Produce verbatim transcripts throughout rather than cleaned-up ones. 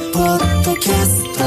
ポッドキャスト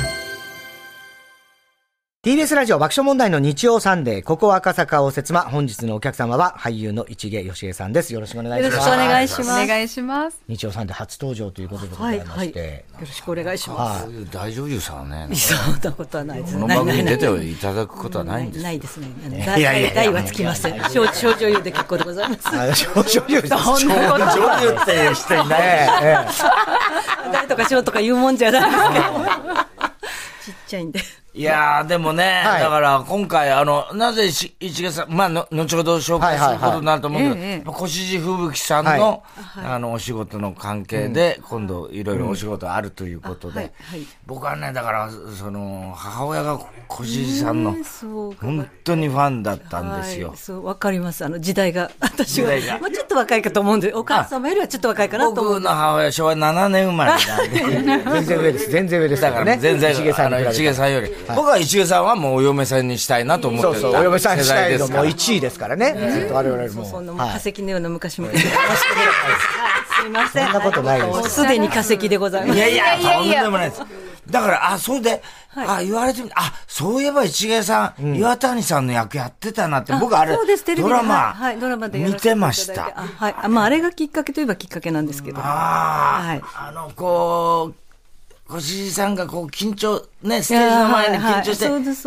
ティービーエス ラジオ爆笑問題の日曜サンデー、ここ赤坂応接間。本日のお客様は俳優の市毛良枝さんです。よろしくお願いします。 よろしくお願いします。 お願いします。 日曜サンデー初登場ということでございまして、はいはい、よろしくお願いします。 そういう大女優さんはね、 そんなことはないです。 この番組に出ていただくことはないんです。 ないですね。 いやいやいや、 大はつきません。少女優で結構でございます。 少女優、 そんなこと少女優っていう人いない。 大とか小とか言うもんじゃないですけど。ちっちゃいんで。 いやーでもね、はい、だから今回あのなぜ市毛さん、まあの後ほど紹介することになると思うけど、はいはいはい、越路吹雪さんの、はい、あのお仕事の関係で、うん、今度いろいろお仕事あるということで、うんはいはい、僕はねだからその母親が越路さんの本当にファンだったんですよ。 はい、そうわかります。あの時代が私はまあちょっと若いかと思うんで、お母様よりはちょっと若いかなと思う。 僕の母親しょうわななねん生まれなんで全然上です全然上ですだからね。全然市毛さんの市毛さんより、はい、僕は市毛さんはもうお嫁さんにしたいなと思ってる。 そうそう、お嫁さんにしたいのもいちいですからね。ずっと我々も。 そんな化石のような昔みたいな。すいません。 そんなことないです。 すでに化石でございます。 いやいや、とんでもないです。だから、あ、それで、はい、あ、言われてみて、あ、そういえば市毛さん、うん、岩谷さんの役やってたなって、僕あれ、 そうですテレビドラマ、 はい、ドラマで見てました。 あ、はい。あ、まあ、あれがきっかけといえばきっかけなんですけど。 ああ、はい。あの、こう、越路さんがこう緊張、ね、ステージの前に緊張して、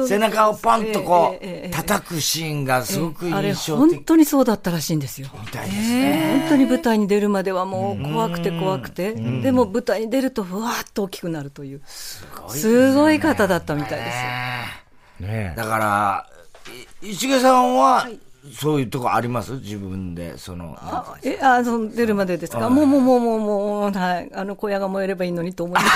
背中をポンとこう、叩くシーンがすごく印象的。あれ本当にそうだったらしいんですよ。 みたいですね。 本当に舞台に出るまではもう怖くて怖くて、でも舞台に出るとふわーっと大きくなるという、すごい方だったみたいですよ。 ね、だから、市毛さんは、そういうとこあります自分で、その。 あ、え、あ、その、出るまでですか。もう、もう、もう、もう、もう、はい。あの、小屋が燃えればいいのにと思います。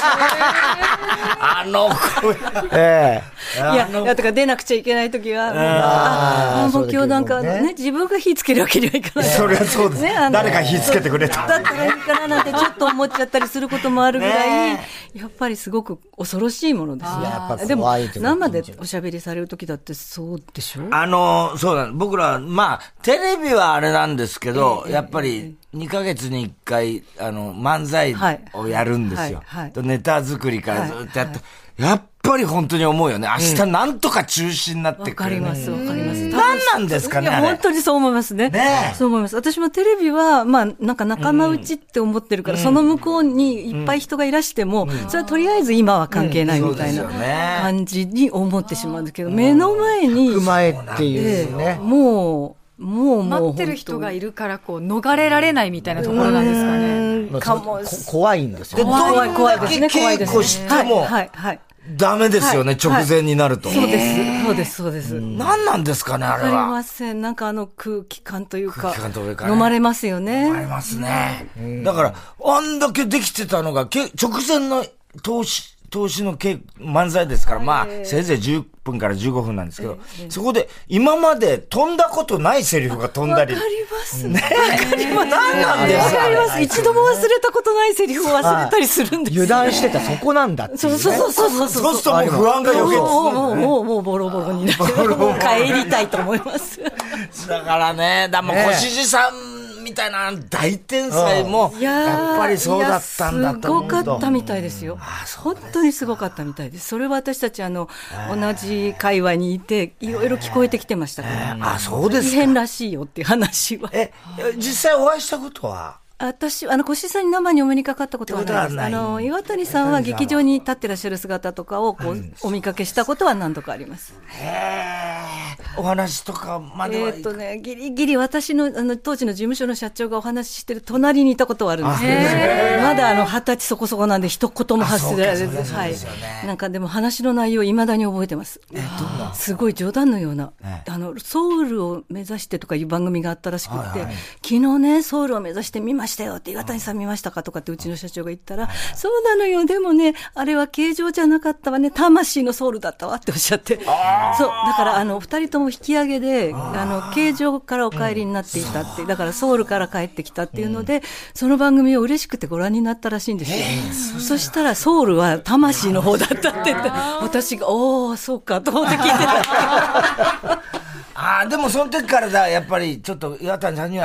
あの小屋。 ええ。いや、だから出なくちゃいけないときは、あ、もう今日なんかね、自分が火つけるわけにはいかない。 それはそうです。誰か火つけてくれた。 だったらいいかななんてちょっと思っちゃったりすることもあるぐらい、やっぱりすごく恐ろしいものですよ。 やっぱでも、生でおしゃべりされるときだってそうでしょ？ あの、そうなんです。僕ら、まあ、テレビはあれなんですけど、えー、やっぱりにかげつにいっかい、あの、漫才をやるんですよ。はいはいはい、ネタ作りからずっとやって、はいはい、やっぱり本当に思うよね。明日なんとか中止になってくる。 わ、うん、かります、わかります。 何なんですかね。いや、 本当にそう思いますね。ね、そう思います。私もテレビは、まあ、なんか仲間内って思ってるから、うん、その向こうにいっぱい人がいらしても、うん、それはとりあえず今は関係ないみたいな感じに思ってしまうんですけど、目の前に。 行く前っていうね。 もう、もうもう待ってる人がいるからこう逃れられないみたいなところなんですかね。 かも怖いんですよ。 怖い怖いですね。怖いですね。 稽古してもダメですよね、直前になると。 そうですそうですそうです。 何なんですかねあれは。 わかりません。なんかあの空気感というか飲まれますよね。 飲まれますね。だからあんだけできてたのが直前の投資投資の漫才ですから、まあ、せいぜいじゅっぷんからじゅうごふんなんですけど、そこで今まで飛んだことないセリフが飛んだり。 わかりますね。 わかります。何なんですか。 わかります。一度も忘れたことないセリフを忘れたりするんですよ。 油断してたそこなんだって。 そうそうそうそうそう。 そうするともう不安が余計です。 もうもうもうもうボロボロになって、もう帰りたいと思います。 だからね、だもう越路さん、みたいな大天才もやっぱりそうだったんだと思うと。 すごかったみたいですよ。本当にすごかったみたいです。それは私たちあの同じ界隈にいていろいろ聞こえてきてましたから。 あ、そうですか。 大変らしいよっていう話は。 え、実際お会いしたことは？ 私、あの、越路さんに生にお目にかかったことはないです。あの、岩谷さんは劇場に立ってらっしゃる姿とかをこう、うん、お見かけしたことは何度かあります。 へー。お話とかまでは。 えっとね、ギリギリ私の、あの、当時の事務所の社長がお話ししてる隣にいたことはあるんですけど、まだあの、二十歳そこそこなんで一言も発せられず、はい。なんかでも話の内容未だに覚えてます。えー、すごい冗談のような、ね、あの、ソウルを目指してとかいう番組があったらしくて、はいはい、昨日ね、ソウルを目指してみましたよって岩谷さん見ましたかとかってうちの社長が言ったら、そうなのよ、でもね、あれは形状じゃなかったわね、魂のソウルだったわっておっしゃって、そう、だからあの二人とも引き上げで、あの形状からお帰りになっていたって、だからソウルから帰ってきたっていうので、その番組を嬉しくてご覧になったらしいんですよ。そしたらソウルは魂の方だったって言って、私がおーそうかと思って聞いてた。 ああ、でもその時からだ、やっぱりちょっと岩谷さんには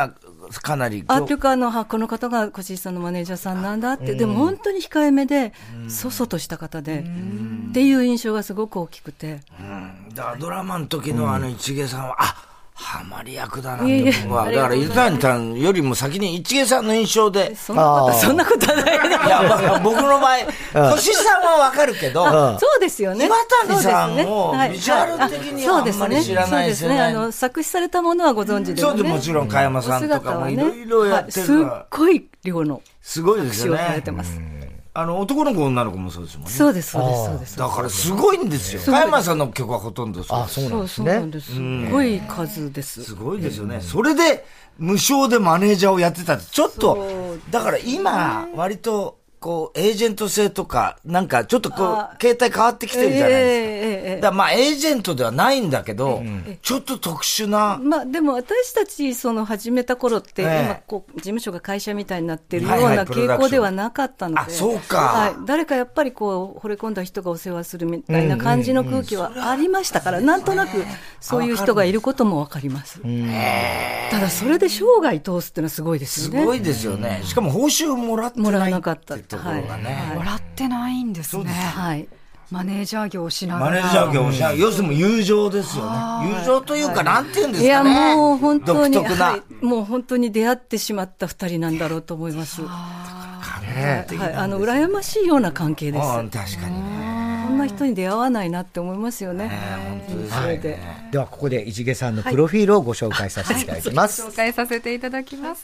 かなり。 あ、というか、あの、この方が越井さんのマネージャーさんなんだって、でも本当に控えめで、そそとした方で、っていう印象がすごく大きくて。 うん、だからドラマの時のあの一芸さんは、あ、ハマり役だなって僕は。だから、伊丹さんよりも先に一芸さんの印象で。 そんなこと、そんなことはないな。 いや、まあ、僕の場合、星さんはわかるけど、 そうですよね。 岩谷さんも、ビジュアル的にはあんまり知らないですよね。 そうですね。あの、作詞されたものはご存知でそうでもちろん、加山さんとかもいろいろやってるから。 すっごい量の。 すごいですよね。 されてます。 あの、男の子、女の子もそうですもんね。 そうです、そうです、そうです。 だからすごいんですよ。加山さんの曲はほとんどそうです。 あ、そうなんですね。 そうなんです。すごい数です。 すごいですよね。それで、無償でマネージャーをやってたって、ちょっと、だから今、割と、こう、エージェント制とか、なんかちょっとこう、携帯変わってきてるじゃないですか。だからまあ、エージェントではないんだけど、ちょっと特殊な。 まあ、でも私たち、その始めた頃って、今、こう、事務所が会社みたいになってるような傾向ではなかったので。 あ、そうか。 はい。誰かやっぱりこう、惚れ込んだ人がお世話するみたいな感じの空気はありましたから、なんとなく、そういう人がいることもわかります。ただ、それで生涯通すっていうのはすごいですよね。 すごいですよね。しかも報酬もらってない。 もらわなかった。 ところがね、 もらってないんですね。 はい。 マネージャー業をしながら。 マネージャー業をしながら、要するに友情ですよね。友情というか、なんて言うんですかね。 いや、もう本当に、 独特な、 はい、もう本当に出会ってしまった二人なんだろうと思います。 はい 、あの、羨ましいような関係です。 確かにね。 こんな人に出会わないなって思いますよね。 本当ですそれで。 では、ここで市毛さんのプロフィールをご紹介させていただきます。 紹介させていただきます。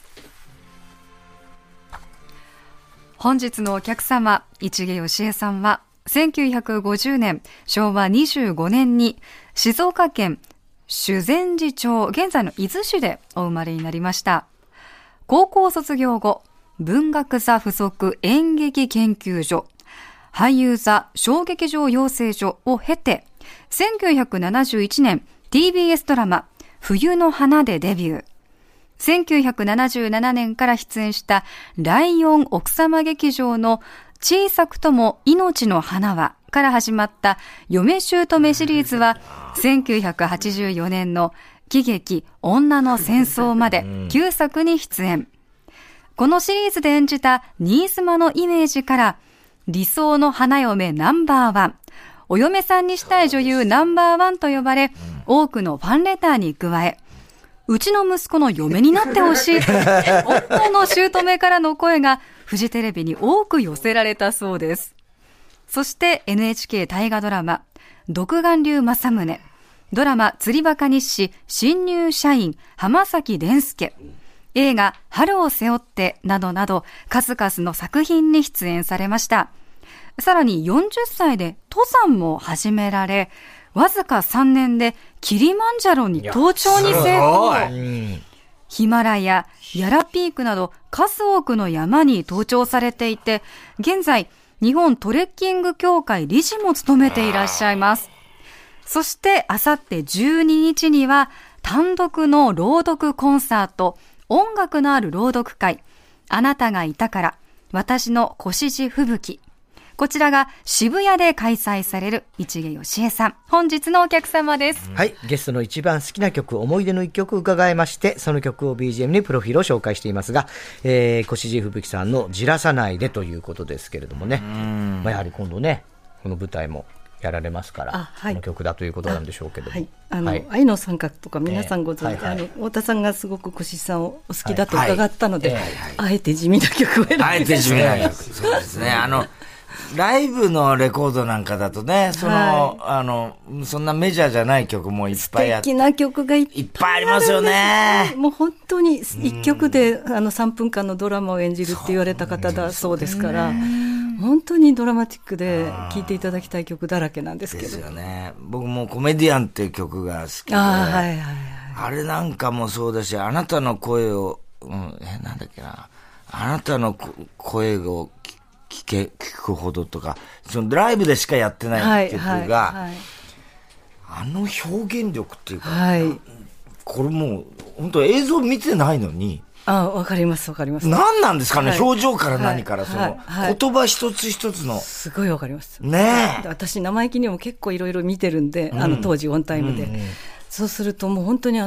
本日のお客様、市毛良恵さんは、せんきゅうひゃくごじゅうねん、しょうわにじゅうごねんに、静岡県修善寺町、現在の伊豆市でお生まれになりました。高校卒業後、文学座附属演劇研究所、俳優座小劇場養成所を経て、せんきゅうひゃくななじゅういちねん ティービーエス ドラマ、冬の花でデビュー。せんきゅうひゃくななじゅうななねんから出演したライオン奥様劇場の小さくとも命の花はから始まった嫁姑シリーズはせんきゅうひゃくはちじゅうよねんの喜劇女の戦争まできゅうさくに出演。このシリーズで演じた新妻のイメージから理想の花嫁ナンバーワン、お嫁さんにしたい女優ナンバーワンと呼ばれ多くのファンレターに加え、うちの息子の嫁になってほしい夫の姑からの声がフジテレビに多く寄せられたそうです。そして エヌエイチケー 大河ドラマ独眼竜政宗、ドラマ釣りバカ日誌新入社員浜崎蓮介、映画春を背負ってなどなど数々の作品に出演されました。さらによんじゅっさいで登山も始められ、わずかさんねんでキリマンジャロに登頂に成功。ヒマラヤ、ヤラピークなど数多くの山に登頂されていて、現在日本トレッキング協会理事も務めていらっしゃいます。そしてあさってじゅうににちには単独の朗読コンサート、音楽のある朗読会、あなたがいたから私の越路吹雪、こちらが渋谷で開催される市毛良恵さん、本日のお客様です。 はい、ゲストの一番好きな曲、思い出の一曲伺いまして、その曲を ビージーエム にプロフィールを紹介していますが、えー、越路吹雪さんのじらさないでということですけれどもね、まあ、やはり今度ね、この舞台もやられますから、はい、この曲だということなんでしょうけども、 はい、あの、はい、愛の三角とか皆さんご存知、えーはいはい、あの太田さんがすごく越路さんをお好きだと伺ったので、はいはいえーはい、あえて地味な曲を選んで、 あえて地味な曲そうですね、あのライブのレコードなんかだとね、その、はい、あの、そんなメジャーじゃない曲もいっぱいあって。 素敵な曲がいっぱい あ, いっぱいありますよね。 もう本当に一曲で、あのさんぷんかんのドラマを演じるって言われた方だそうですから、本当にドラマティックで聴いていただきたい曲だらけなんですけど。 ですよね。僕もコメディアンっていう曲が好きで。 あ、はいはいはい、 あれなんかもそうだし、あなたの声を、うん、え、なんだっけな。あなたの声を聞け、聞くほどとか、そのライブでしかやってない曲が、はいはいはい、あの表現力っていうか、はい、これもう、本当映像見てないのに、 あ、わかりますわかります。 何なんですかね、はい、表情から何から、その、はいはい、言葉一つ一つの。 すごいわかります。 ねえ。 私、生意気にも結構いろいろ見てるんで、うん、あの当時オンタイムで。うんうん、そうするともう本当にあの、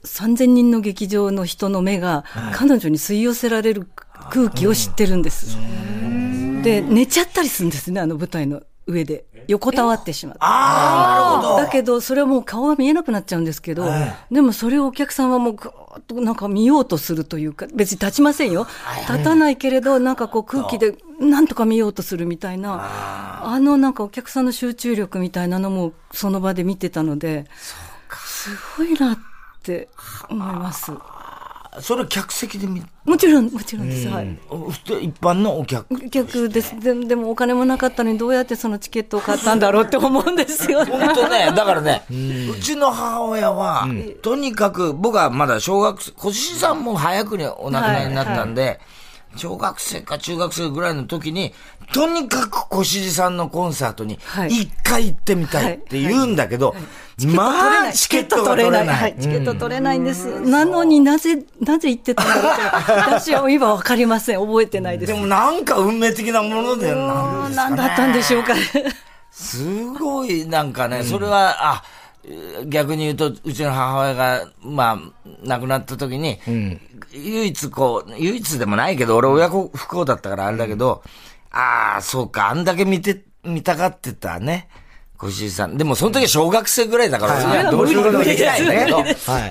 さんぜんにんの劇場の人の目が彼女に吸い寄せられる空気を知ってるんです。で、寝ちゃったりするんですね、あの舞台の上で。横たわってしまって。 ああ、なるほど。 だけど、それはもう顔が見えなくなっちゃうんですけど、でもそれをお客さんはもうぐーっとなんか見ようとするというか、別に立ちませんよ。立たないけれど、なんかこう空気でなんとか見ようとするみたいな、あのなんかお客さんの集中力みたいなのもその場で見てたので、すごいなって思います。 それ客席で見る？ もちろん、もちろんです。はい。 一般のお客？ お客です。で, でもお金もなかったのにどうやってそのチケットを買ったんだろうって思うんですよ。 本当ね、だからね、うちの母親は、とにかく僕はまだ小学生、小石さんも早くにお亡くなりになったんで、はいはい、小学生か中学生ぐらいの時に、とにかく小石さんのコンサートに一回行ってみたいって言うんだけど、はいはいはいまあ、チケットが取れない。 はい、チケット取れないんです。うん、なのになぜ、なぜ言ってたんだろうって、私は今わかりません。覚えてないです。 でもなんか運命的なものでなんですかね。何だったんでしょうかね。 すごい、なんかね、それは、あ、逆に言うと、うちの母親が、まあ、亡くなった時に、うん、唯一こう、唯一でもないけど、俺親子不幸だったからあれだけど、うん、ああ、そうか、あんだけ見て、見たがってたね。小石さん。でもその時は小学生ぐらいだから、はい、どうしようもできないんだけど、はい、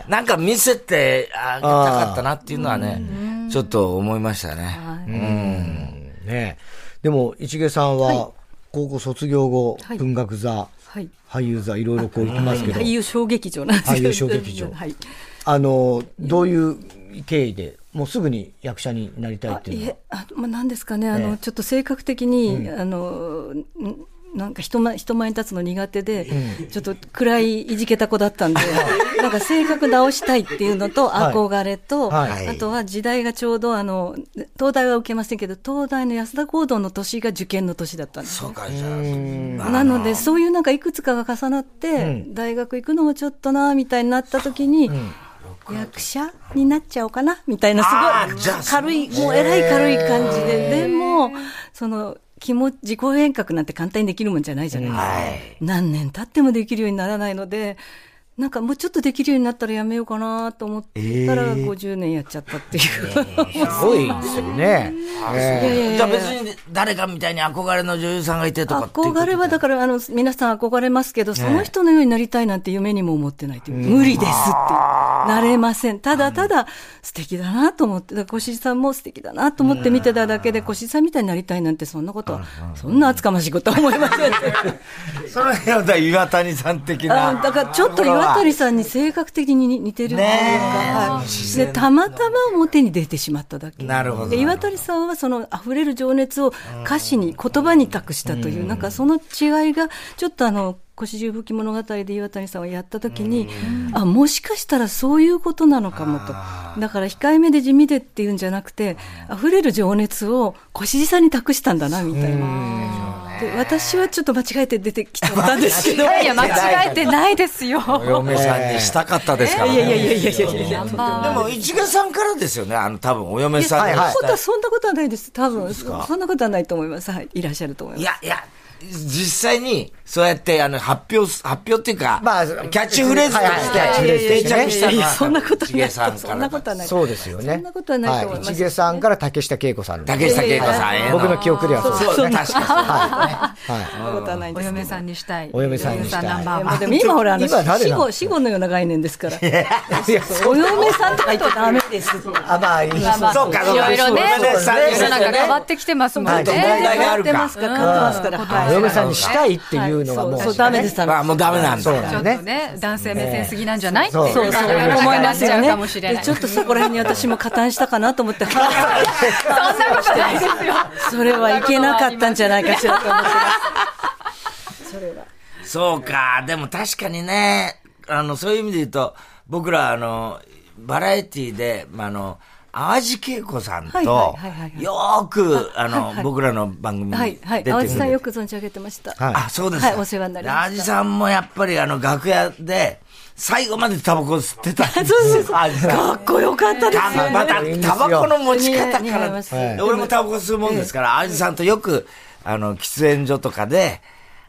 なんか見せてあげたかったなっていうのはね、ちょっと思いましたね。うん。 ねでも、市毛さんは、高校卒業後、はい、文学座、はい、俳優座、いろいろこう言ってますけど。 俳優小劇場なんですけど。俳優小劇場。はい。あの、どういう経緯で、もうすぐに役者になりたいっていうのは。 あ、いえ、あ、まあ、なんですかね、あの、ちょっと性格的に、うん、あの、なんか人前、人前に立つの苦手で、うん、ちょっと暗いいじけた子だったんで、なんか性格直したいっていうのと憧れと、はいはい、あとは時代がちょうどあの、東大は受けませんけど、東大の安田講堂の年が受験の年だったんです、ね。そうか、じゃあ。なので、そういうなんかいくつかが重なって、うん、大学行くのもちょっとな、みたいになった時に、うん役者になっちゃおうかなみたいなすごい軽いもうえらい軽い感じででもその気持ち自己変革なんて簡単にできるもんじゃないじゃないですか、はい、何年経ってもできるようにならないのでなんかもうちょっとできるようになったらやめようかなと思ったらごじゅうねんやっちゃったっていう、えー、すごいですよね、 えー、じゃあ別に誰かみたいに憧れの女優さんがいてとかっていう憧れはだからあの皆さん憧れますけど、その人のようになりたいなんて夢にも思ってないという、えー、無理ですってなれません。ただただ素敵だなと思って小石さんも素敵だなと思って見てただけで小石さんみたいになりたいなんてそんなことはそんな厚かましいことは思いませんその辺は岩谷さん的なあだからちょっと岩谷さんに性格的に似てるっていうか、はい、でたまたま表に出てしまっただけ。 なるほど。 で岩谷さんはその溢れる情熱を歌詞に言葉に託したという、うん、なんかその違いがちょっとあの越路吹物語で岩谷さんをやったときに、うん、あもしかしたらそういうことなのかもと。だから控えめで地味でっていうんじゃなくて溢れる情熱を越路さんに託したんだなみたいな。で私はちょっと間違えて出てきちゃったんですけどいやいや間違えてないですよお嫁さんにしたかったですからね、 えー、いやいやいやいやいやいやでも市毛さんからですよねあの多分お嫁さんにしたい。そんなことはそんなことはないです多分 そ, そんなことはないと思います、はい、いらっしゃると思います。 いやいや実際にそうやってあの発表発表っていうか、まあ、キャッチフレーズとして定着したのはそんなことはない。 そんなことはない。 そうですよね。 そんなことはないと思います。 市毛さんから竹下恵子さん。 竹下恵子さんへの僕の記憶ではそうです。 そう確かに。 はい。そんなことはないんです。 お嫁さんにしたい。 お嫁さんにしたい。 ナンバーワン。でも今ほらあの死後死後のような概念ですから。お嫁さんとか言っちゃダメです。 あまあいい。 そうかいろいろね。世の中変わってきてますもんね。 問題があるか。 変わってますから変わってますから。 お嫁さんにしたいっていうのがもうそうダメです。 あもうダメなんだ。 ちょっとね男性目線すぎなんじゃないってそうそう思いますよね。 かもしれない。 ちょっとそこら辺に私も加担したかなと思って。そんなことないですよ。 それはいけなかったんじゃないかしらと思ってます。それは。 そうかでも確かにねあのそういう意味で言うと僕らあのバラエティでまああの。淡路恵子さんと、よーく、あの、僕らの番組に出てくる。はい、 淡路さんよく存じ上げてました。 あ、そうですか。 はい、お世話になりました。 淡路さんもやっぱりあの、楽屋で、最後までタバコ吸ってたんですよ。 かっこよかったですよね。 また、タバコの持ち方から、俺もタバコ吸うもんですから、淡路さんとよく、あの、喫煙所とかで、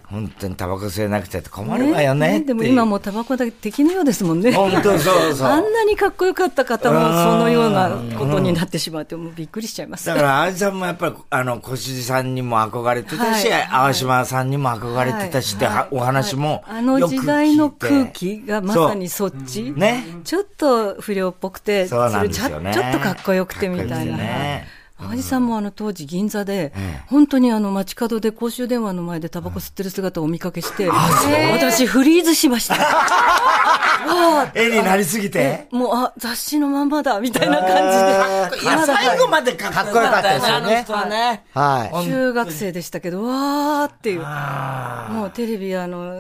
本当にタバコ吸えなくて困るわよねって、ね、 でも今もうタバコだけ敵のようですもんね。 本当そうそう。 あんなにかっこよかった方もそのようなことになってしまって、もうびっくりしちゃいます。 だから淡路さんもやっぱりあの小辻さんにも憧れてたし、はい、淡島さんにも憧れてたし、はい、ってお話もよく聞いて、 あの時代の空気がまさにそっち、 ね、 ちょっと不良っぽくて、 そうなんですよね、 ちょっとかっこよくてみたいな。淡路さんもあの当時銀座で、 うん、 本当にあの街角で公衆電話の前でタバコ吸ってる姿をお見かけして、うん、私フリーズしました。 絵になりすぎてもうあ雑誌のまんまだみたいな感じで、 いや最後までかっこよかったですよね。 はい、中学生でしたけど、わーっていう、もうテレビあの、うん、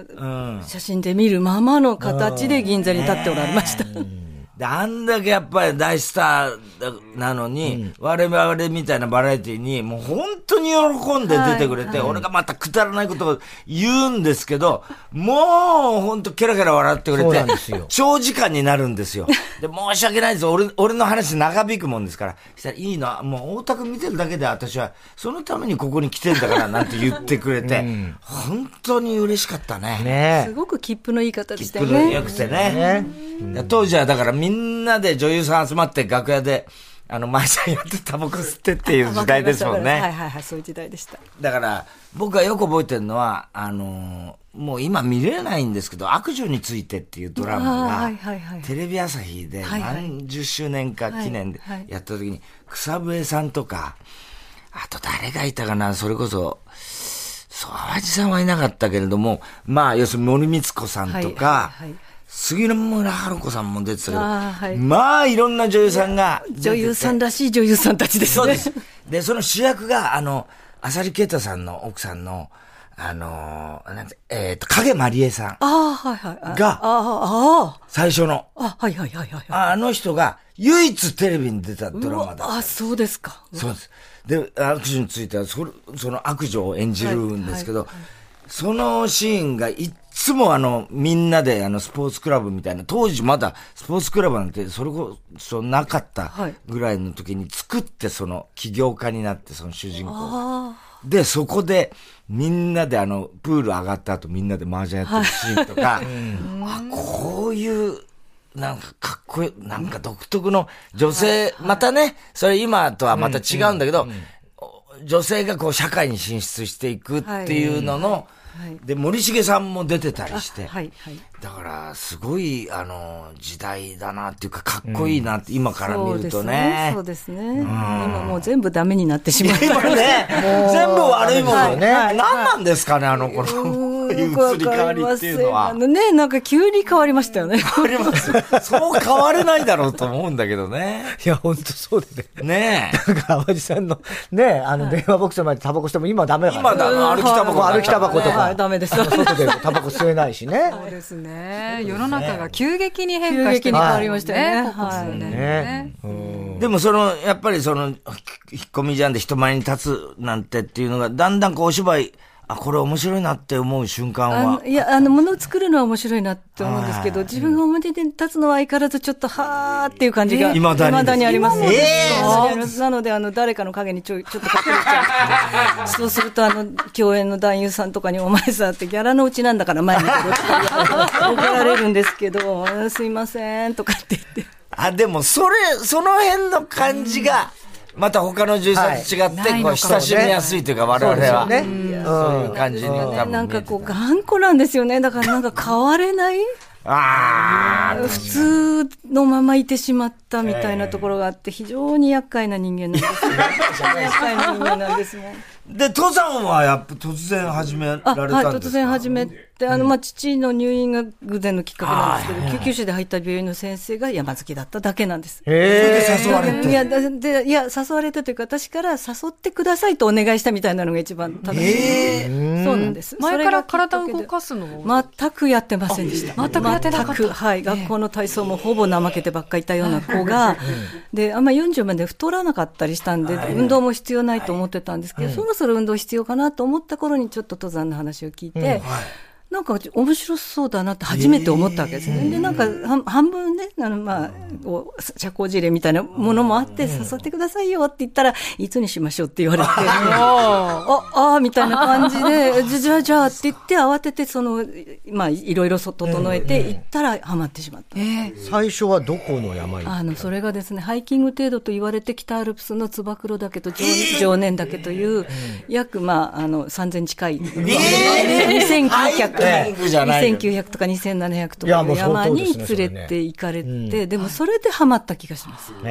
写真で見るままの形で銀座に立っておられました。 で、あんだけやっぱり大スターなのに、うん、我々みたいなバラエティにもう本当に喜んで出てくれて、はいはい、俺がまたくだらないことを言うんですけど、もう本当ケラケラ笑ってくれて、長時間になるんですよ。で、申し訳ないです。俺、俺の話長引くもんですから。したらいいの、もう太田君見てるだけで私はそのためにここに来てんだからなんて言ってくれて、うん、本当に嬉しかったね。 ね、すごく切符のいい方でしたよね。 切符の良くてね。ね、うん、当時はだからみんなで女優さん集まって楽屋で、あの、マイさんやってタバコ吸ってっていう時代ですもんね。 はいはいはい、そういう時代でした。 だから、僕がよく覚えてるのは、あのー、もう今見れないんですけど、悪女についてっていうドラマが、はいはいはい、テレビ朝日で何十周年か記念でやった時に、草笛さんとか、あと誰がいたかな、それこそ、そう、淡路さんはいなかったけれども、まあ、要するに森光子さんとか、はいはいはい、杉村春子さんも出てたけど、あ、はい、まあいろんな女優さんが女優さんらしい女優さんたちですね。 そうです。で、その主役が、あの、浅利啓太さんの奥さんの、あのー、なんて、えっ、ー、と、影まりえさん。 ああ、はいはい。 が、ああ、最初の。 あ、はいはいはいはい。 あの人が、唯一テレビに出たドラマだった。 あ、そうですか。 そうです。で、悪女については、そ, その悪女を演じるんですけど、はいはいはい、そのシーンがいつもあの、みんなであの、スポーツクラブみたいな、当時まだスポーツクラブなんてそれこそなかったぐらいの時に作って、その起業家になって、その主人公。で、そこでみんなであの、プール上がった後みんなで麻雀やってるシーンとか、あ、こういう、なんかかっこいい、なんか独特の女性、またね、それ今とはまた違うんだけど、女性がこう社会に進出していくっていうのの、はい、で、森重さんも出てたりして、はいはい、だから、すごい、あの、時代だなっていうか、かっこいいなって、うん、今から見るとね。 そうですね。そうですね。うん、今もう全部ダメになってしまった。 今ね、全部悪いものね。はい、何なんですかね、あの頃。移り変わりっていうのは。 あのね、なんか急に変わりましたよね。 変わります。そう変われないだろうと思うんだけどね。 いや、ほんとそうですね。 ねえ。 なんか、淡路さんの、ね、あの、電話ボックスの前でタバコしても今ダメだから、 ね。今だ、歩きタバコ。 歩きタバコとか。 ダメです。 外でタバコ吸えないしね。 そうですね。世の中が急激に変化して変わりましたよね。 ここ数年ね。 でもその、やっぱりその、引っ込みじゃんで人前に立つなんてっていうのが、だんだんこうお芝居、あ、これ面白いなって思う瞬間は。 いや、あの、物を作るのは面白いなって思うんですけど、自分が表で立つのは相変わらずちょっと、はーっていう感じが、 いまだに。 未だにあります。 えー、なので、あの、誰かの影にちょい、ちょっと隠れちゃう。そうすると、あの、共演の男優さんとかに、お前さ、ってギャラのうちなんだから前に来るって怒られるんですけど、すいません、とかって言って。 あ、でも、それ、その辺の感じが、また他の女優さんと違って、こう、親しみやすいというか、我々は。そういう感じに多分。 なんかこう、頑固なんですよね。だからなんか変われないあ普通のままいてしまったみたいなところがあって、非常に厄介な人間なんですね。厄介な人間なんですね。 で、登山はやっぱ突然始められたんですか？はい、 突然始めて、あの、まあ、父の入院が偶然のきっかけなんですけど、救急車で入った病院の先生が山好きだっただけなんです。 へー。それで誘われて。 いや、で、いや、誘われたというか、私から誘ってくださいとお願いしたみたいなのが一番正しい。 へー。そうなんです。 前から体を動かすの全くやってませんでした。 全くやってなかった。 全く、はい。学校の体操もほぼ怠けてばっかりいたような子が、で、あんまよんじゅうまで太らなかったりしたんで、運動も必要ないと思ってたんですけど、そろそろ運動必要かなと思った頃にちょっと登山の話を聞いて、 なんか面白そうだなって初めて思ったわけですね。で、なんか半分ね、あの、まあ、社交辞令みたいなものもあって、誘ってくださいよって言ったら、いつにしましょうって言われて、あ、あ、みたいな感じで、じゃあじゃあって言って慌てて、その、まあ、いろいろ整えて行ったらハマってしまった。 最初はどこの山に？ あの、それがですね、ハイキング程度と言われて北アルプスの燕岳と常念岳という、約、まあ、あの、さんぜん近い、にせんきゅうひゃく、にせんきゅうひゃくとかにせんななひゃくとかの山に連れて行かれて、でもそれでハマった気がします。はい、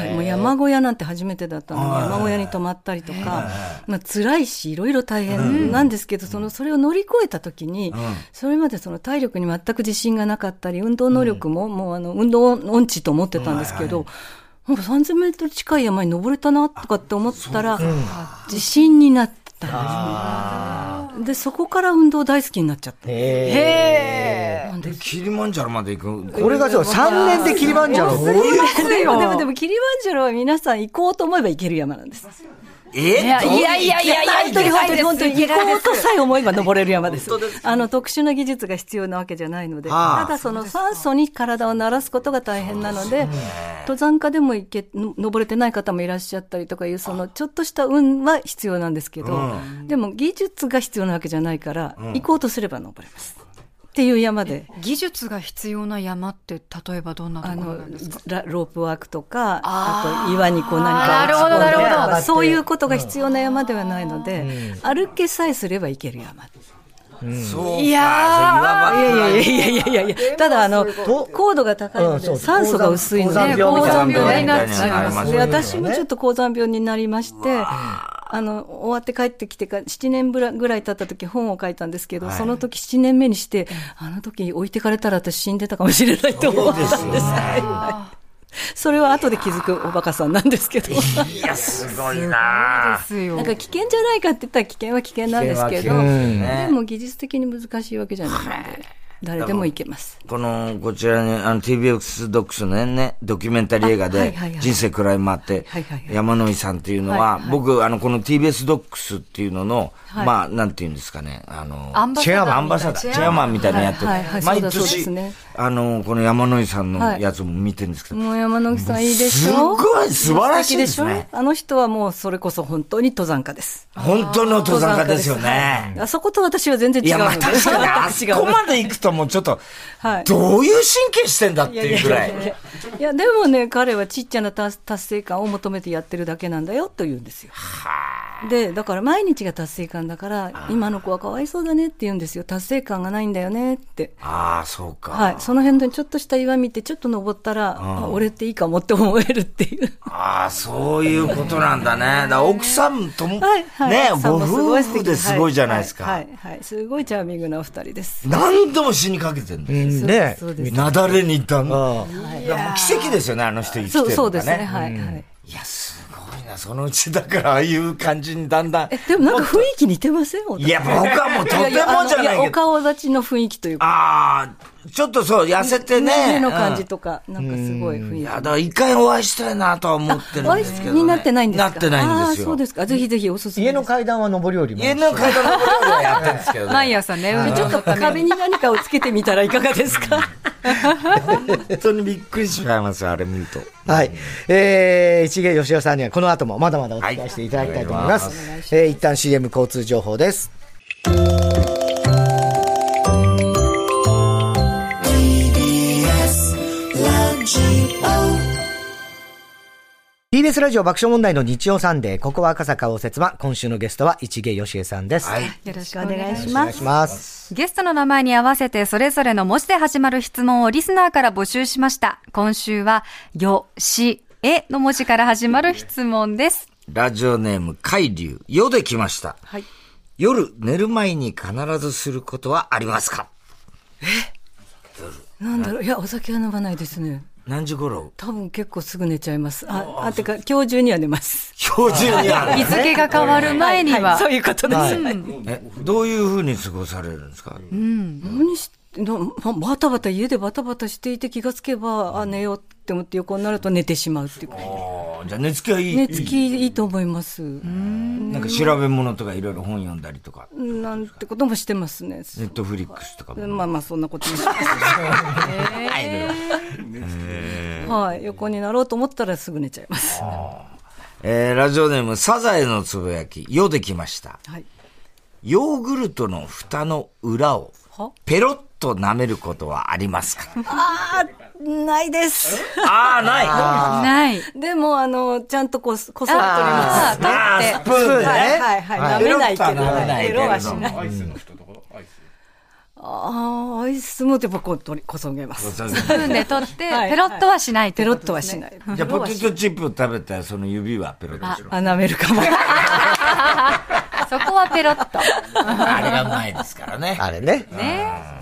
もう山小屋なんて初めてだったので、山小屋に泊まったりとか、まあ、辛いし、いろいろ大変なんですけど、その、それを乗り越えたときに、それまでその体力に全く自信がなかったり、運動能力も、もうあの、運動音痴と思ってたんですけど、なんかさんぜんメートル近い山に登れたなとかって思ったら、自信になったんです。で、そこから運動大好きになっちゃった。 へー。で、キリマンジャロまで行く。 これがそう、さんねんでキリマンジャロ。 でも、でも、でも、キリマンジャロは皆さん行こうと思えば行ける山なんです。 えいやいやいやいやいや、本当に本当に本当に行こうとさえ思えば登れる山です。あの、特殊な技術が必要なわけじゃないので、ただその酸素に体を慣らすことが大変なので、登山家でも行け、登れてない方もいらっしゃったりとかいう、そのちょっとした運は必要なんですけど、でも技術が必要なわけじゃないから、行こうとすれば登れます。っていう山で。 技術が必要な山って、例えばどんなところなんですか？ あの、ロープワークとか、あと岩にこう何か打ち込んでとか、そういうことが必要な山ではないので、うん、歩けさえすれば行ける山。 うん、そういやー、いやいやいやいやいやいや、ただあの、高度が高いので、酸素が薄いので、高山病になっちゃいます。で、私もちょっと高山病になりまして、あの、終わって帰ってきてから、ななねんぐらい経った時本を書いたんですけど、はい、その時ななねんめにして、あの時置いてかれたら私死んでたかもしれないと思ったんです。そうですね。それは後で気づくおバカさんなんですけど。 いや、すごいなすごいですよ。なんか危険じゃないかって言ったら危険は危険なんですけど、でも技術的に難しいわけじゃないので。誰でも行けます。 この、こちらに、あの、ティービーエックス ドックスのね、ドキュメンタリー映画で、人生暗い回って、山野井さんっていうのは、僕、あの、この ティービーエス ドックスっていうのの、まあ、なんていうんですかね、あの、チェアマン、アンバサダー、チェアマンみたいなのやってる。毎年、あの、この山野井さんのやつも見てるんですけど。 もう山野井さんいいでしょ？ すごい素晴らしいですね。 あの人はもう、それこそ本当に登山家です。 本当の登山家ですよね。 あそこと私は全然違うので。 いや、まあ確かに、あそこまで行くともうちょっと、はい、どういう神経してんだっていうぐらい。いやいやいやいや、いやでもね、彼はちっちゃな達成感を求めてやってるだけなんだよと言うんですよ。で、だから毎日が達成感だから、今の子はかわいそうだねって言うんですよ。達成感がないんだよねって。 ああ、そうか。 はい。その辺でちょっとした岩見て、ちょっと登ったら、あ、俺っていいかもって思えるっていう。 ああ、そういうことなんだね。だから奥さんとも、はいはい、ね、ご夫婦ですごいじゃないですか。 はい、はい、はい。すごいチャーミングなお二人です。 何度も死にかけてるんですよ。 ね。 そうです。 なだれにだん。もう奇跡ですよね、あの人生きてるのがね。 そうですね、はい、はい。 いや、すごいな、そのうちだから、ああいう感じにだんだん。 え、でもなんか雰囲気似てません？ いや、僕はもうとてもじゃないけど。いや、 お顔立ちの雰囲気というか。 ああ、ちょっとそう、痩せてね。 目の感じとか、なんかすごい雰囲気。いや、 だから一回お会いしたいなとは思ってるんですけど、ね。 になってないんですか？ なってないんですよ。 ああ、そうですか。ぜひぜひおすすめ。 家の階段は上り下りも。 家の階段上り下りはやってるんですけどね。 毎朝ね。 ちょっと壁に何かをつけてみたらいかがですか？ 本当にびっくりしちゃいますよ、あれ見ると。 はい。えー、市毛義雄さんにはこの後もまだまだお伝えしていただきたいと思います。はい、えー、一旦 シーエム 交通情報です。ティービーエス ラジオ爆笑問題の日曜サンデー。ここは赤坂応接間。今週のゲストは市毛義恵さんです。 はい。よろしくお願いします。お願いします。 ゲストの名前に合わせてそれぞれの文字で始まる質問をリスナーから募集しました。今週は、よ、し、えの文字から始まる質問です。 ラジオネーム、海流。よで来ました。はい。夜、寝る前に必ずすることはありますか？ え？なんだろう。いや、お酒は飲まないですね。 何時頃？ 多分結構すぐ寝ちゃいます。あ、あ、てか、今日中には寝ます。 今日中には日付が変わる前には。 はいはい、そういうことです。はい、 え、どういうふうに過ごされるんですか？ うん。何しのバタバタ、家でバタバタしていて気がつけば、あ、寝ようって思って横になると寝てしまうっていうか。 じゃあ寝つきはいい？ 寝つきいいと思います。 んなんか調べ物とかいろいろ本読んだりとか。 なんてこともしてますね。 ネットフリックスとかも。 まあまあそんなこともしてます。えー、はい。横になろうと思ったらすぐ寝ちゃいます。 えー、ラジオネーム、サザエのつぶやき、よできました。はい。ヨーグルトの蓋の裏をペロッと舐めることはありますか？ ああ、ないです。 ああ、ない。 ない。 でも、あの、ちゃんとこう、こそっと取ります。 ああ、スプーンでね。 はいはいはい。舐めないけど。 舐めないけど。 ペロはしない。アイスの蓋とかアイス。ああ、アイスもやっぱこう取り、こそげます。 スプーンで取って、ペロッとはしない。 ペロッとはしない。 じゃあ、ポテトチップを食べたら、その指はペロッとしろ。 あ、舐めるかも。 そこはペロッと。 あれがうまいですからね。 あれね。 ね。うん。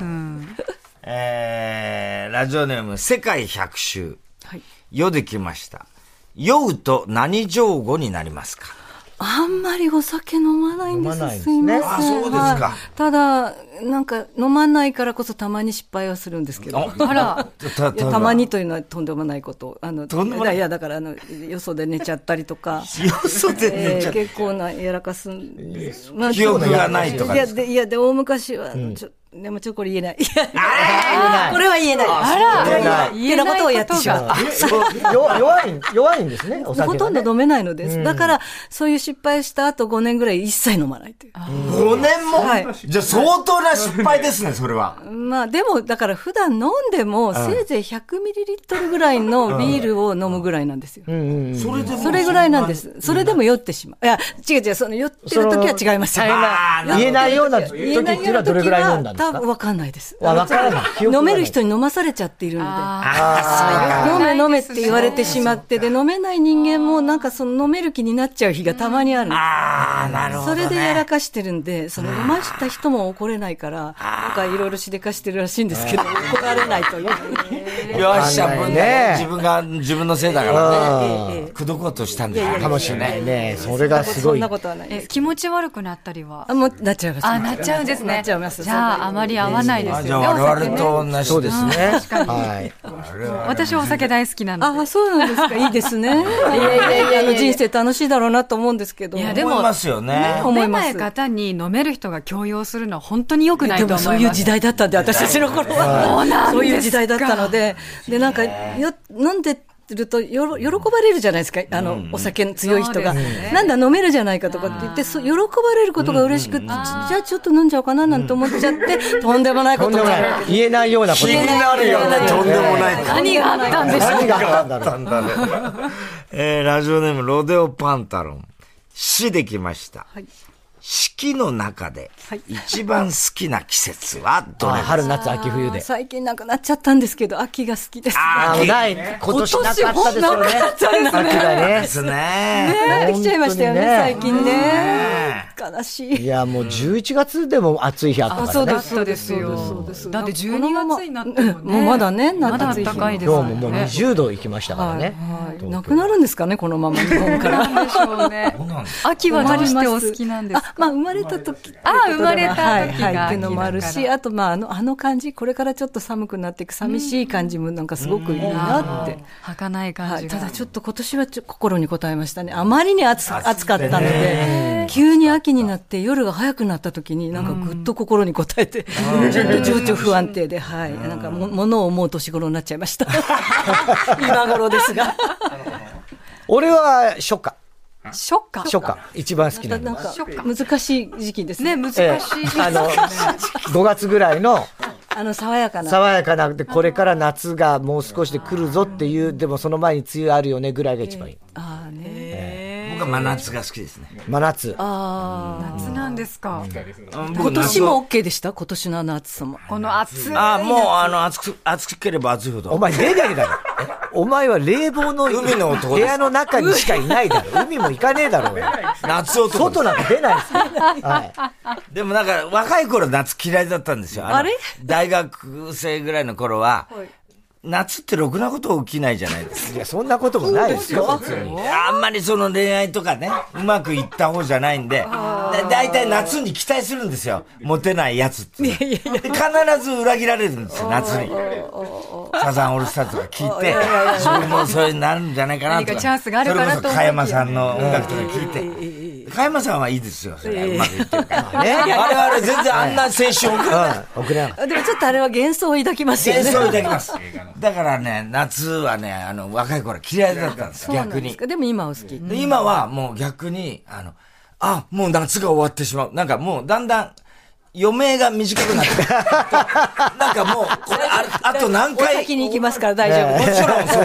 えー、ラジオネーム、世界百周。はい。よできました。酔うと何上語になりますか？ あんまりお酒飲まないんです。す, すいません。 あ、そうですか。はい、 ただ、なんか飲まないからこそたまに失敗はするんですけど。 あら。 た, たまにというのはとんでもないこと。あの、とんでもない。いや、だからあの、よそで寝ちゃったりとか。 よそで寝ちゃった、 えー、結構なやらかすんです。まあ、記憶がないとかですか？ いや、で、いや、で、大昔は、うんちょでもちょっとこれ言えない。あこれは言えない。 あら、 言えない。言えないことをやってしまう。 弱い、弱いんですね、お酒がね。 ほとんど飲めないのです。だから、そういう失敗した後ごねんぐらい一切飲まないという。 ごねんも、はい、じゃあ相当な失敗ですね、それは。 まあ、でも、だから普段飲んでも、せいぜいひゃくミリリットルぐらいのビールを飲むぐらいなんですよ。 それでもそれぐらいなんです。それでも酔ってしまう。いや、違う違う、その酔ってる時は違いますよ。 言えないような時っていうのはどれぐらい飲んだんですか？ 多分わかんないです。 わからない。 飲める人に飲まされちゃっているので。飲め飲めって言われてしまって、で、飲めない人間もなんかその飲める気になっちゃう日がたまにあるんです。 ああ、なるほど、ね。 それでやらかしてるんで、その飲ました人も怒れないから、なんかいろいろしでかしてるらしいんですけど、怒られないという。 よっしゃ、ね、自分が、自分のせいだからね。口説こうとしたんだよ。 かもしれないね。それがすごい。 そんなことはない。 え、気持ち悪くなったりは？ あ、もう、なっちゃいます。 あ、なっちゃうんですね。 なっちゃいます。 じゃあ、あまり合わないですよね。 じゃあ、我々と同じ。 そうですね。 確かに。はい。私お酒大好きなので。 あ、そうなんですか。いいですね。いやいやいや、人生楽しいだろうなと思うんですけど。 いや、でも、思いますよね。 飲めない方に飲める人が強要するのは本当に良くないと思います。 でもそういう時代だったんで、私たちの頃は。そういう時代だったので、で、なんか、よ、飲んで、るとよろ喜ばれるじゃないですか、あの、うん、お酒の強い人が、ね、なんだ飲めるじゃないかとかって言ってそ喜ばれることが嬉しくって、うんうんうん、じゃあちょっと飲んじゃおうかななんて思っちゃって、うん、とんでもないことが言えないようなこと気になるようなとんでもないこと何があったんでしょう。 何があったんだろうえー、ラジオネームロデオパンタロン詩できました、はい、四季の中で一番好きな季節はどれですか？ 春夏秋冬で。 最近なくなっちゃったんですけど、秋が好きです、ね。 ああ、ない。今年なかったですよね。 秋がね。 ですね。 ね、できちゃいましたよね、最近ね。悲しい。 いや、もうじゅういちがつでも暑い日あったからね。 そうです、そうですよ。そうです。 だってじゅうにがつになってもね。 もうまだね、 まだ暖かいです。 今日ももうにじゅうどいきましたからね。 なくなるんですかね、このまま日本から。 なんでしょうね。秋はどうしてお好きなんですか？ まあ、生まれた時。 ああ、生まれた時が、はいはい、 っていうのもあるし、あと、まあ、あの、あの感じ、これからちょっと寒くなっていく寂しい感じもなんかすごくいいなって。 儚い感じが、 はい。ただちょっと今年はちょ心に応えましたね。あまりに暑暑かったので、急に秋になって夜が早くなった時になんかぐっと心に応えて、ちょっと情緒不安定で、はい。なんかも、ものを思う年頃になっちゃいました。今頃ですが。 俺は初夏。 初夏初夏。一番好きなの。 なんか、難しい時期ですね。 ね、難しい時期。 あの、ごがつぐらいの、 あの、爽やかな。 爽やかな。で、これから夏がもう少しで来るぞっていう、でもその前に梅雨あるよねぐらいが一番いい。 ああね。 僕は真夏が好きですね。 真夏。 ああ。夏なんですか。 今年も OK でした？今年のあの暑さも。 この暑い。 ああ、もう、あの、暑く、暑ければ暑いほど。 お前出ないだろ。お前は冷房の海の男部屋の中にしかいないだろ。海も行かねえだろうよ。 夏男。 外なんか出ないですよ。はい。 でもなんか若い頃夏嫌いだったんですよ。 あれ？ 大学生ぐらいの頃は、はい、夏ってろくなこと起きないじゃないですか。 いや、そんなこともないですよ。 あんまりその恋愛とかね、うまくいった方じゃないんで、でだいたい夏に期待するんですよ。モテないやつって。いやいやいや必ず裏切られるんですよ、夏に。サザンオールスターズとか聞いて、自分もそれになるんじゃないかなとか。 何かチャンスがあるかなと思って。 それこそ加山さんの音楽とか聞いて。加山さんはいいですよ、それはうまくいってるから。ね、我々全然あんな青春送れない。 送れない。でもちょっとあれは幻想を抱きますよね。 幻想を抱きます。だからね、夏はね、あの、若い頃嫌いだったんです、逆に。 でも今は好き。 で、今はもう逆に、あの、あ、もう夏が終わってしまう。なんかもうだんだん、余命が短くなって。なんかもう、これ、あ, あと何回。 先に行きますから大丈夫。 もちろん、そう。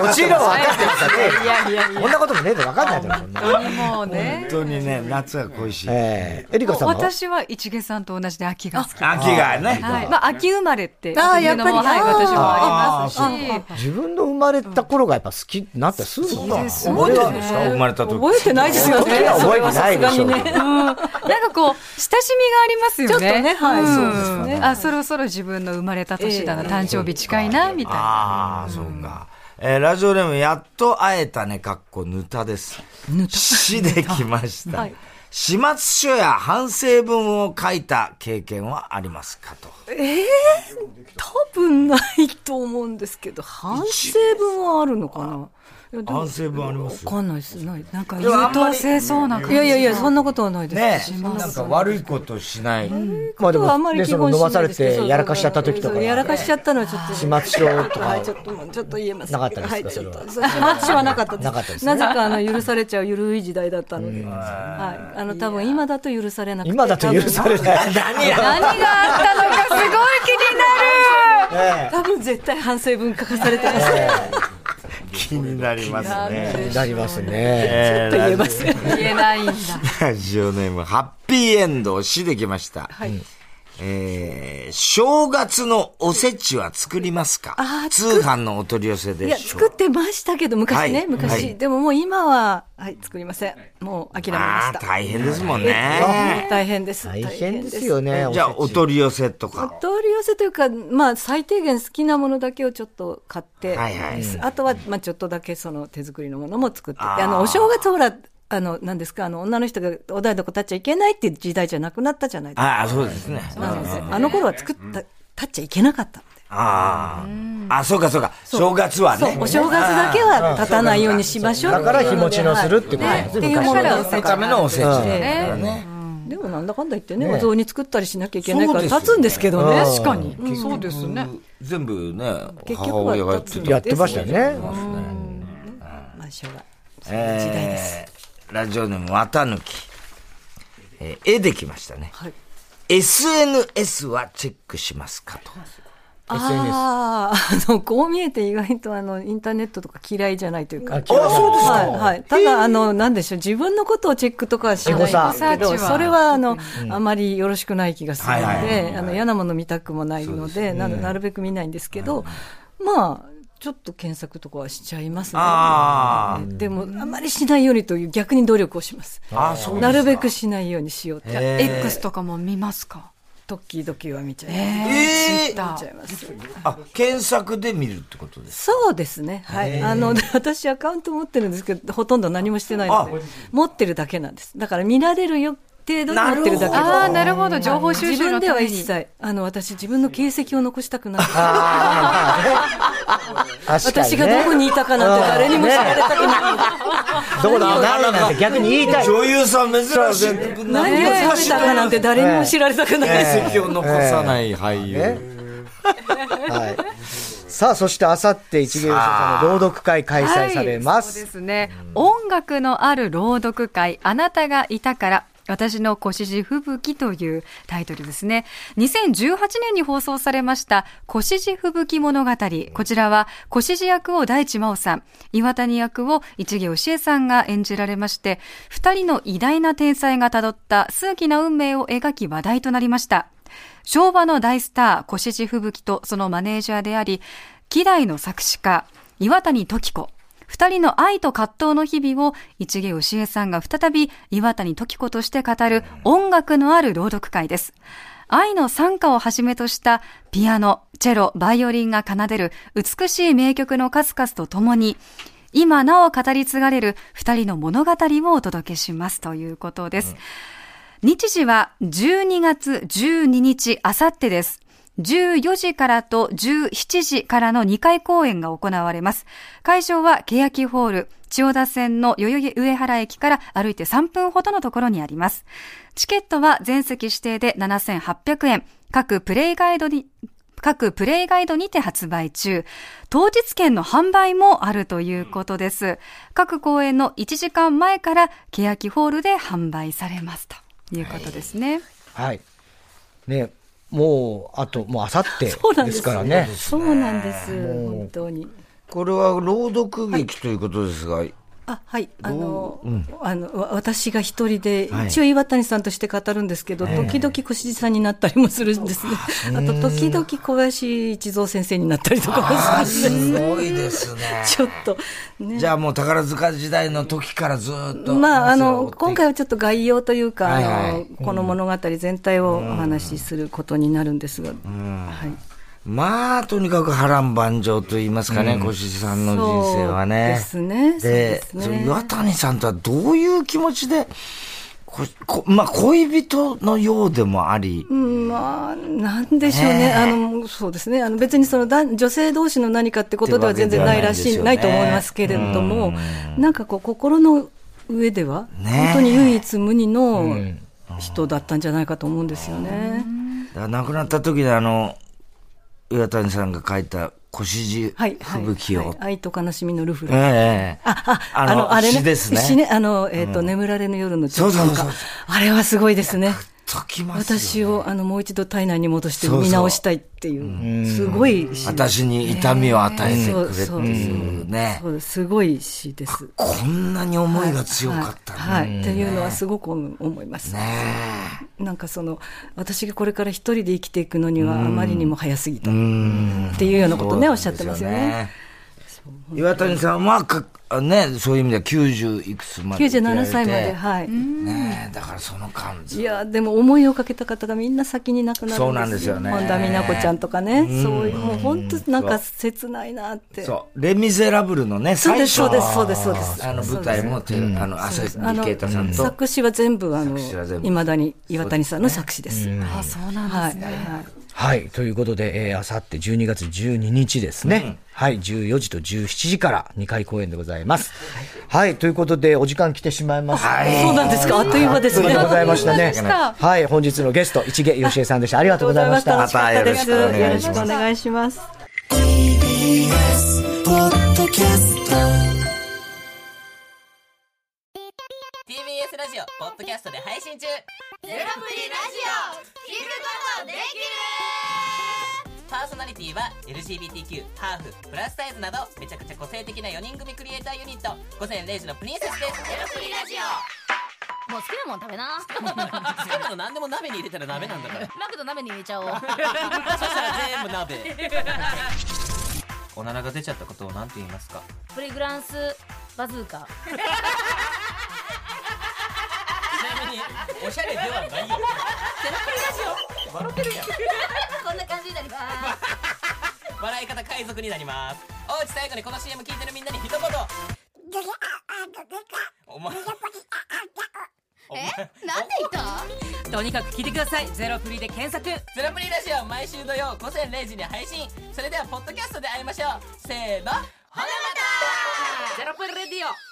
もちろん分かってますよね。いやいやいや。こんなこともねえと分かんないと思う。 本当にもうね。 本当にね、夏は恋しい。 ええ、エリカさんは私は市毛さんと同じで秋が好き。 秋がね。 はい。まあ、秋生まれって。ああ、やっぱり。はい、私もありますし。自分の生まれた頃がやっぱ好きになったらすぐ覚えてるんですか生まれた時。 覚えてないですよね。 覚えてないでしょ。 なんかこう、親しみがありますよね。 ちょっとね、はい。そうですね。 あ、そろそろ自分の生まれた年だな、誕生日近いな、みたいな。 ああ、そうか。えー、ラジオネーム、やっと会えたね、かっこぬたです。ぬた。詩できました。はい、始末書や反省文を書いた経験はありますかと。 ええー、多分ないと思うんですけど、反省文はあるのかな。 反省文ありますわかんないです。ない。なんか優等生そうな感じ。 いやいやいや、そんなことはないです。 ね、なんか悪いことしない。 まあでも、ね、その飲まされてやらかしちゃった時とか。 やらかしちゃったのはちょっと。 始末書とか。 はい、ちょっと、ちょっと言えます。 なかったですか、 それは。始末書はなかったです。 なかったです。 なぜか、あの、許されちゃう緩い時代だったので。はい。あの、多分今だと許されなくて。 今だと許されない。 何が何があったのかすごい気になる。 多分絶対反省文書かされてますね。 気になりますね。 気になりますね。 ちょっと言えますね。 言えないんだ。 ラジオネーム、ハッピーエンドを詩できました。はい。えー、正月のおせちは作りますか？通販のお取り寄せでしょう。いや、 作ってましたけど、昔ね、はい、昔、はい。でももう今は、はい、作りません。もう諦めました。 大変ですもんね。 大変です。 大変ですよね。 じゃあ、お取り寄せとか。 お取り寄せというか、まあ、最低限好きなものだけをちょっと買って、はいはい、あとは、まあ、ちょっとだけその手作りのものも作って、あ, あの、お正月ほら、あの、何ですか、あの、女の人がお台所立っちゃいけないっていう時代じゃなくなったじゃないですか。 ああ、そうですね。 なので、あの頃は作った、立っちゃいけなかった。 ああ。あ、そうかそうか。正月はね。 そう、お正月だけは立たないようにしましょう。 だから日持ちのするってことですね。 っていうもののためのおせちだからね。 でもなんだかんだ言ってね、お雑煮作ったりしなきゃいけないから立つんですけどね。 確かに。そうですね。 全部ね、 結局はやってましたよね。 まあ、しょうがない。時代です。 ラジオネーム、わたぬき。えー、絵できましたね。はい。エスエヌエス はチェックしますかと。 ああ、あの、こう見えて意外とあの、インターネットとか嫌いじゃないというか。あ、 そうですか。 はい、はい。ただ、あの、なんでしょう、自分のことをチェックとかはしないんですけど、それはあの、あまりよろしくない気がするので、あの、嫌なもの見たくもないので、なるべく見ないんですけど、まあ、ちょっと検索とかはしちゃいますね。あでも、あまりしないようにという逆に努力をします。あそうですか。なるべくしないようにしようって。 X とかも見ますか？ 時々は見ちゃいます。えー、見ちゃいます。 あ、検索で見るってことですか？ そうですね。はい。あの、私アカウント持ってるんですけど、ほとんど何もしてないので、持ってるだけなんです。だから見られるよ。程度に持ってるだけで。 ああ、なるほど。情報収集のために。 自分では一切、あの、私自分の形跡を残したくない。私がどこにいたかなんて誰にも知られたくない。 どこだ何なんて逆に言いたい。 女優さん珍しい。 何を食べたかなんて誰にも知られたくない。 形跡を残さない俳優。 はい。さあ、そしてあさって一芸吉さんの朗読会開催されます。 はい、そうですね。音楽のある朗読会、あなたがいたから。私の越路吹雪というタイトルですね。にせんじゅうはちねんに放送されました越路吹雪物語。こちらは越路役を大地真央さん、岩谷役を市毛義恵さんが演じられまして、二人の偉大な天才がたどった数奇な運命を描き話題となりました。昭和の大スター越路吹雪とそのマネージャーであり、希代の作詞家岩谷時子。二人の愛と葛藤の日々を市毛義恵さんが再び岩谷時子として語る音楽のある朗読会です。愛の賛歌をはじめとしたピアノ、チェロ、バイオリンが奏でる美しい名曲の数々とともに、今なお語り継がれる二人の物語をお届けしますということです。 日時はじゅうにがつじゅうににち、あさってです。じゅうよじからとじゅうしちじからのにかい公演が行われます。会場は欅ホール、千代田線の代々木上原駅から歩いてさんぷんほどのところにあります。チケットは全席指定でななせんはっぴゃくえん、各プレイガイドに、各プレイガイドにて発売中。当日券の販売もあるということです。各公演のいちじかんまえから欅ホールで販売されますということですね。 はい。はい、ね、もう、あと、もうあさってですからね。 そうなんです。本当に。 これは朗読劇ということですが、はい、 あ、はい。あの、うん、あの、私が一人で、はい、一応岩谷さんとして語るんですけど、えー、時々越路さんになったりもするんですね。あと、時々小林一三先生になったりとかもするんです。 すごいですね。 ちょっと、ね。 じゃあもう宝塚時代の時からずっと。 まあ、あの、今回はちょっと概要というか、はいはい、あのこの物語全体をお話しすることになるんですが、うんはい。 まあ、とにかく波乱万丈と言いますかね、越路さんの人生はね。 そうですね。 で、その岩谷さんとはどういう気持ちで、ここまあ、恋人のようでもあり。 うん、まあ、なんでしょうね。あの、そうですね。あの、別にそのだ、女性同士の何かってことでは全然ないらしい、ないと思いますけれども、なんかこう、心の上では、本当に唯一無二の人だったんじゃないかと思うんですよね。 だから亡くなった時であの、岩谷さんが書いた越路吹雪を、はいはいはい、 愛と悲しみのルフラ、 ええー、 あああのあれね、詩ですね、詩ね、あのえっ、ー、と、うん、眠られぬ夜のちょっとか、あれはすごいですね。私をあのもう一度体内に戻して見直したいっていう、そうそう、すごい詩、 私に痛みを与えてくれっていうね、 そうです、すごい詩です。 こんなに思いが強かったね、 はいはいはい、っていうのはすごく思いますね。なんかその私がこれから一人で生きていくのにはあまりにも早すぎたっていうようなことね、おっしゃってますよね。 岩谷さんはかね、そういう意味ではきゅうじゅういくつまできゅうじゅうななさいまで、はい、 ね、だからその間いやでも思いをかけた方がみんな先に亡くなるんですよ。 そうなんですよね。 本田美奈子ちゃんとかね、うそういうもう本当なんか切ないなって。 そうレ・ミゼラブルのね、最初そうですそうですそうですあの舞台も、うん、あの浅井啓太さんと作詞は全部あの未だに岩谷さんの作詞です。 ああ、そうなんですね。はいはいはい。ということで、えー、あさってじゅうにがつじゅうににちですね。うん、はい。じゅうよじとじゅうしちじからにかい公演でございます。はい。はい、ということで、お時間来てしまいました。 はい。そうなんですか。あっという間ですね。 ありがとうございましたね。はい。本日のゲスト、市毛よしえさんでした。ありがとうございました。 またよろしくお願いします。ティービーエス ポッドキャストティービーエス ラジオポッドキャストで配信中。ゼロプリラジオ聞くことできる。パーソナリティは エルジービーティーキュー、ハーフ、プラスサイズなどめちゃくちゃ個性的なよにん組クリエイターユニット午前れいじのプリンセスです。ゼロプリラジオ。もう好きなもん食べな。好きなの何でも鍋に入れたら鍋なんだから。マクド鍋に入れちゃおう。そしたら全部鍋。おならが出ちゃったことを何て言いますか？ プリグランスバズーカ。 ちなみにおしゃれではないよ。ゼロプリラジオ笑ってるやん。 こんな感じになります。 笑い方海賊になります。おうち最後にこの シーエム 聞いてるみんなに一言。お前え、なんで言った？ とにかく聞いてください。ゼロプリで検索。ゼロプリラジオ毎週土曜午前れいじに配信。それではポッドキャストで会いましょう。せーの、ほなまた。ゼロプリレディオ。